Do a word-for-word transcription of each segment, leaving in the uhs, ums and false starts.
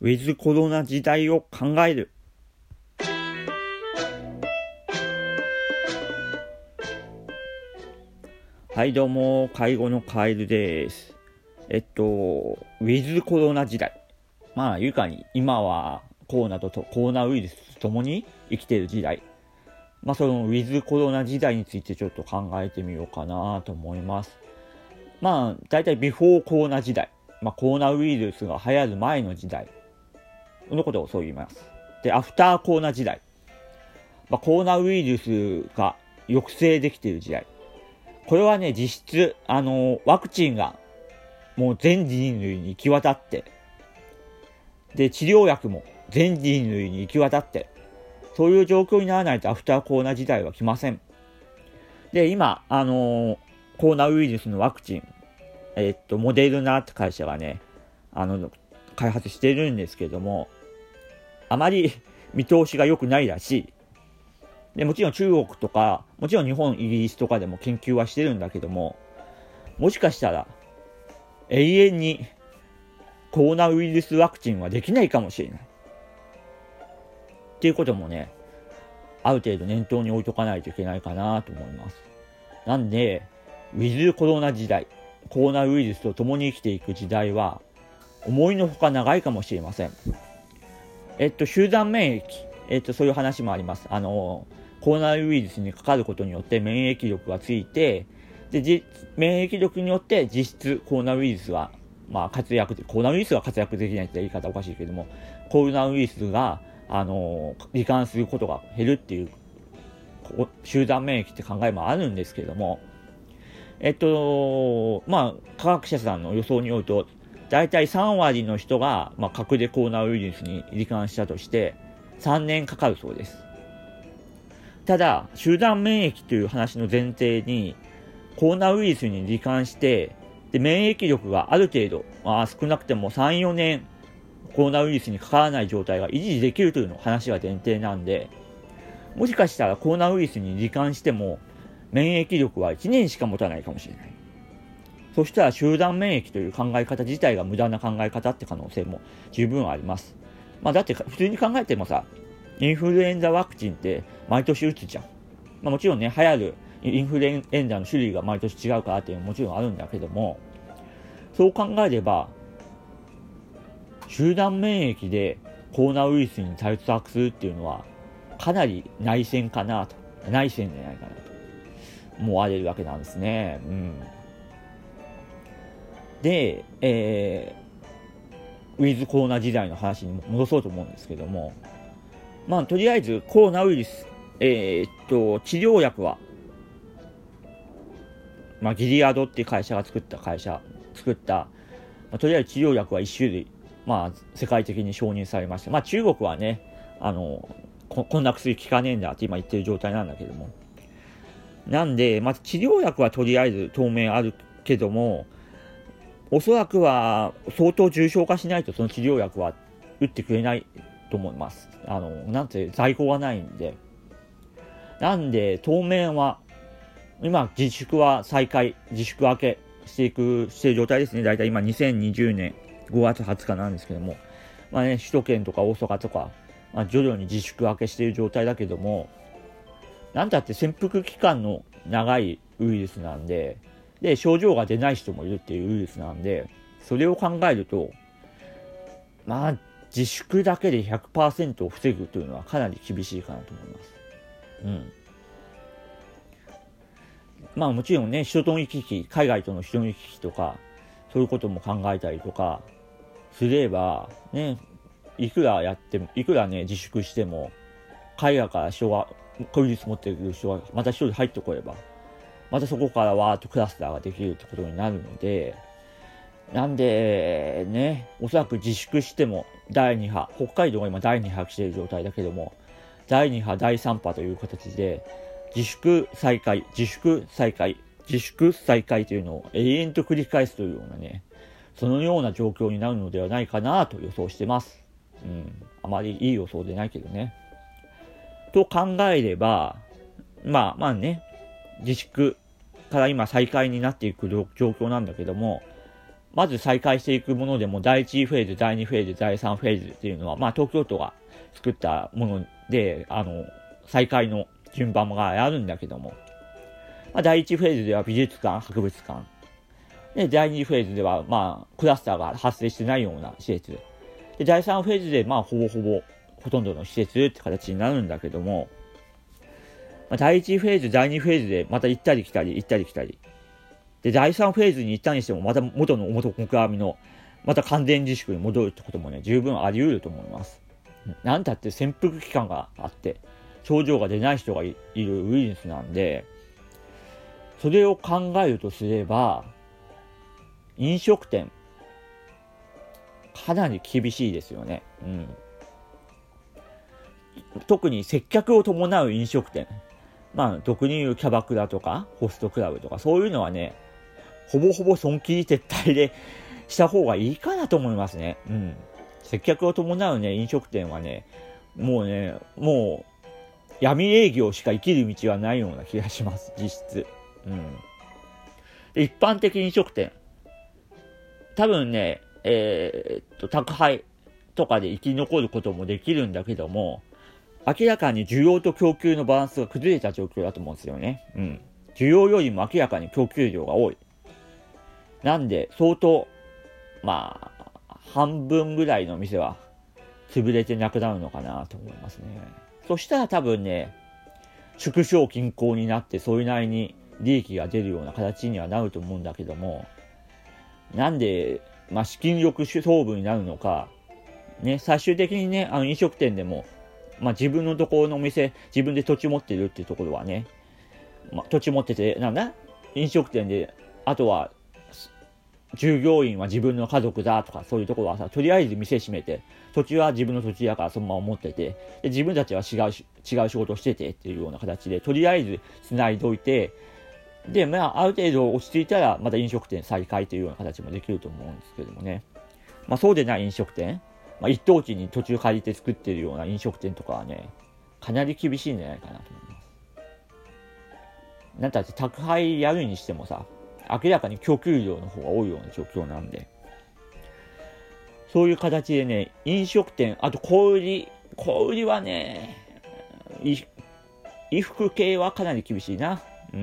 ウィズコロナ時代を考える。はいどうも、介護のカエルです。えっとウィズコロナ時代、まあいうかに今はコロナとコロナウイルスとともに生きている時代、まあそのウィズコロナ時代についてちょっと考えてみようかなと思います。まあだいたいビフォーコロナ時代、まあコロナウイルスが流行る前の時代のことをそう言います。で、アフターコロナ時代、まあ、コロナウイルスが抑制できている時代。これはね、実質あのワクチンがもう全人類に行き渡って、で治療薬も全人類に行き渡って、そういう状況にならないとアフターコロナ時代は来ません。で、今あのコロナウイルスのワクチン、えっとモデルナって会社がね、あの開発してるんですけども、あまり見通しが良くないらしい。でもちろん中国とか、もちろん日本、イギリスとかでも研究はしてるんだけども、もしかしたら永遠にコロナウイルスワクチンはできないかもしれないっていうこともね、ある程度念頭に置いとかないといけないかなと思います。なんでウィズコロナ時代、コロナウイルスと共に生きていく時代は思いのほか長いかもしれません。えっと集団免疫、えっとそういう話もあります。あのコロナウイルスにかかることによって免疫力がついて、で免疫力によって実質コロナウイルスはまあ活躍で、コロナウイルスが活躍できないって言い方おかしいけども、コロナウイルスがあの罹患することが減るっていう集団免疫って考えもあるんですけども、えっとまあ科学者さんの予想によると、だいたいさんわりの人が、まあ、核でコロナウイルスに罹患したとしてさんねんかかるそうです。ただ集団免疫という話の前提に、コロナウイルスに罹患してで免疫力がある程度、まあ、少なくても さんよねんコロナウイルスにかからない状態が維持できるというの話が前提なんで、もしかしたらコロナウイルスに罹患しても免疫力はいちねんしか持たないかもしれない。そしたら集団免疫という考え方自体が無駄な考え方って可能性も十分あります。まあ、だって普通に考えてもさ、インフルエンザワクチンって毎年打つじゃん。まあ、もちろんね、流行るインフルエンザの種類が毎年違うからっていうのももちろんあるんだけども、そう考えれば集団免疫でコロナウイルスに対策するっていうのはかなり内戦かなと、内戦じゃないかなと思われるわけなんですね。うん。で、えー、ウィズコロナ時代の話に戻そうと思うんですけども、まあとりあえずコロナウイルス、えー、っと治療薬は、まあ、ギリアドっていう会社が作った会社作った、まあ、とりあえず治療薬はいち種類、まあ世界的に承認されました。まあ中国はね、あの こ, こんな薬効かねえんだって今言ってる状態なんだけども、なんでまあ治療薬はとりあえず当面あるけども、おそらくは相当重症化しないとその治療薬は打ってくれないと思います。あのなんて在庫がないんで。なんで当面は今自粛は再開、自粛明けしていくしている状態ですね。だいたい今にせんにじゅうねんごがつはつかなんですけども、まあね、首都圏とか大阪とか、まあ、徐々に自粛明けしている状態だけども、なんだって潜伏期間の長いウイルスなんで、で症状が出ない人もいるっていうウイルスなんで、それを考えるとまあ自粛だけで ひゃくパーセント を防ぐというのはかなり厳しいかなと思います。うん。まあもちろんね、人との行き来、海外との人の行き来とかそういうことも考えたりとかすればね、いくらやってもいくらね自粛しても海外から人がウイルス持っている人がまた一人入ってこれば、またそこからわーっとクラスターができるってことになるので、なんでね、おそらく自粛してもだいに波、北海道が今だいに波来ている状態だけども、だいに波だいさん波という形で自粛再開、自粛再開、自粛再開というのを永遠と繰り返すというようなね、そのような状況になるのではないかなと予想してます。うん、あまりいい予想でないけどね。と考えれば、まあまあね、自粛から今再開になっていく状況なんだけども、 まず再開していくものでも、だいいちフェーズ、だいにフェーズ、だいさんフェーズっていうのは、まあ、東京都が作ったもので、あの、再開の順番があるんだけども、まあ、だいいちフェーズでは美術館、博物館。で、だいにフェーズでは、まあ、クラスターが発生してないような施設。で、だいさんフェーズで、まあ、ほぼほぼ、ほとんどの施設って形になるんだけども、まあ、だいいちフェーズ、だいにフェーズでまた行ったり来たり、行ったり来たり。で、だいさんフェーズに行ったにしても、また元の元木阿弥の、また完全自粛に戻るってこともね、十分あり得ると思います。なんたって潜伏期間があって、症状が出ない人が い, いるウイルスなんで、それを考えるとすれば、飲食店、かなり厳しいですよね。うん。特に接客を伴う飲食店。まあ、特に言うキャバクラとか、ホストクラブとか、そういうのはね、ほぼほぼ損切り撤退でした方がいいかなと思いますね。うん。接客を伴うね、飲食店はね、もうね、もう、闇営業しか生きる道はないような気がします、実質。うん。で、一般的飲食店。多分ね、えー、っと、宅配とかで生き残ることもできるんだけども、明らかに需要と供給のバランスが崩れた状況だと思うんですよね。うん。需要よりも明らかに供給量が多い。なんで、相当、まあ、半分ぐらいの店は潰れてなくなるのかなと思いますね。そしたら多分ね、縮小均衡になってそれなりに利益が出るような形にはなると思うんだけども、なんで、まあ、資金力勝負になるのか、ね、最終的にね、あの飲食店でも、まあ、自分のところのお店、自分で土地持ってるっていうところはね、まあ、土地持ってて、なんだ飲食店で、あとは、従業員は自分の家族だとか、そういうところはさ、とりあえず店閉めて、土地は自分の土地だからそのまま持ってて、で自分たちは違う、違う仕事をしててっていうような形で、とりあえず繋いどいて、で、まあ、ある程度落ち着いたら、また飲食店再開というような形もできると思うんですけどもね。まあ、そうでない飲食店、まあ、一等地に土地を借りて作ってるような飲食店とかはね、かなり厳しいんじゃないかなと思います。なんだって宅配やるにしてもさ、明らかに供給量の方が多いような状況なんで、そういう形でね、飲食店、あと小売り、小売りはね、衣服系はかなり厳しいな。うん。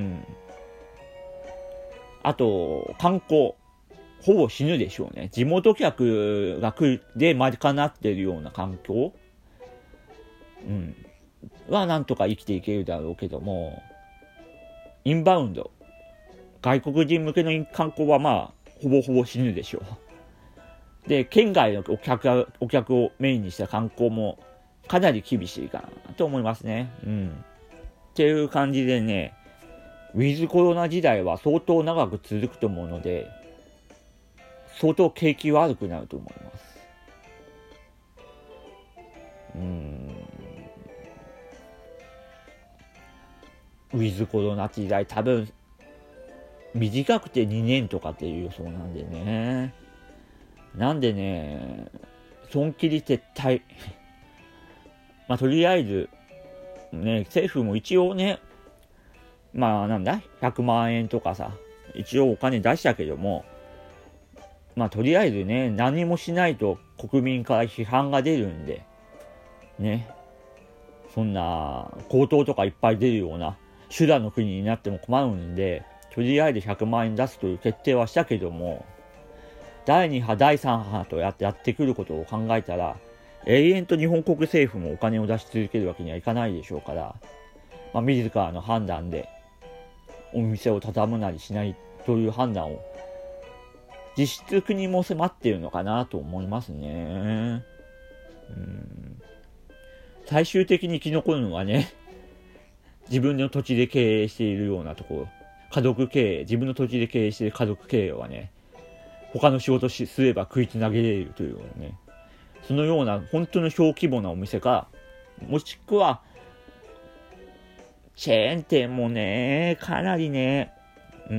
あと、観光。ほぼ死ぬでしょうね。地元客が来るで賄っているような環境、うん、はなんとか生きていけるだろうけども、インバウンド、外国人向けの観光はまあ、ほぼほぼ死ぬでしょう。で、県外のお客、お客をメインにした観光もかなり厳しいかなと思いますね。うん。っていう感じでね、ウィズコロナ時代は相当長く続くと思うので、相当景気悪くなると思います。うーん。ウィズコロナ時代多分短くてにねんとかっていう予想なんでね。なんでね、損切り撤退。まあとりあえず、ね、政府も一応ね、まあなんだ、ひゃくまんえんとかさ、一応お金出したけども、まあとりあえずね、何もしないと国民から批判が出るんで、ね、そんな強盗とかいっぱい出るような手段の国になっても困るんで、とりあえずひゃくまんえん出すという決定はしたけども、だいに波、だいさん波とやってやってくることを考えたら、永遠と日本国政府もお金を出し続けるわけにはいかないでしょうから、まあ、自らの判断でお店を畳むなりしないという判断を実質国も迫っているのかなと思いますね。うん、最終的に生き残るのはね、自分の土地で経営しているようなところ、家族経営、自分の土地で経営している家族経営はね、他の仕事しすれば食いつなげれるというね、そのような本当の小規模なお店か、もしくはチェーン店もね、かなりね、うん、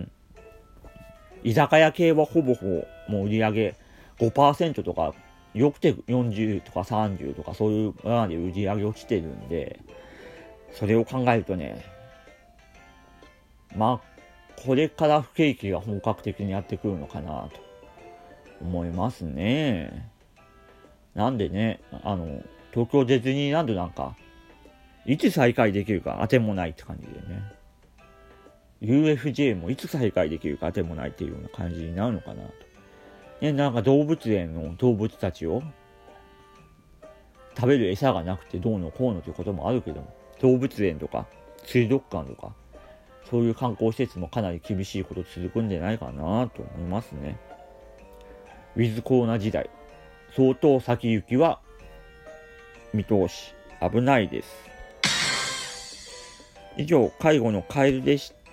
居酒屋系はほぼほぼもう売り上げ ごパーセント とか、よくてよんじゅうとかさんじゅうとかそういうまで売り上げ落ちてるんで、それを考えるとね、まあこれから不景気が本格的にやってくるのかなと思いますね。なんでね、あの、東京ディズニーランドなんか、いつ再開できるか当てもないって感じでね。ユーエフジェー もいつ再開できるか当てもないっていうような感じになるのかなと。ね、なんか動物園の動物たちを食べる餌がなくてどうのこうのということもあるけども、動物園とか水族館とかそういう観光施設もかなり厳しいこと続くんじゃないかなと思いますね。ウィズコロナ時代、相当先行きは見通し危ないです。以上、介護のカエルでした。